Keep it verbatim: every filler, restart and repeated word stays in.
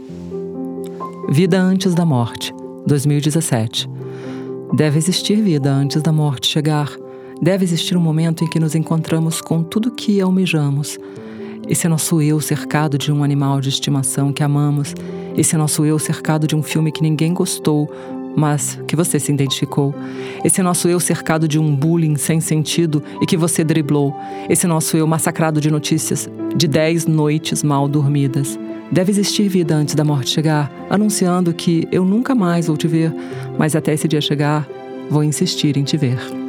Vida antes da morte, dois mil e dezessete. Deve existir vida antes da morte chegar. Deve existir um momento em que nos encontramos com tudo que almejamos. Esse nosso eu cercado de um animal de estimação que amamos. Esse nosso eu cercado de um filme que ninguém gostou, mas que você se identificou. Esse nosso eu cercado de um bullying sem sentido e que você driblou. Esse nosso eu massacrado de notícias de dez noites mal dormidas. Deve existir vida antes da morte chegar, anunciando que eu nunca mais vou te ver, mas até esse dia chegar, vou insistir em te ver.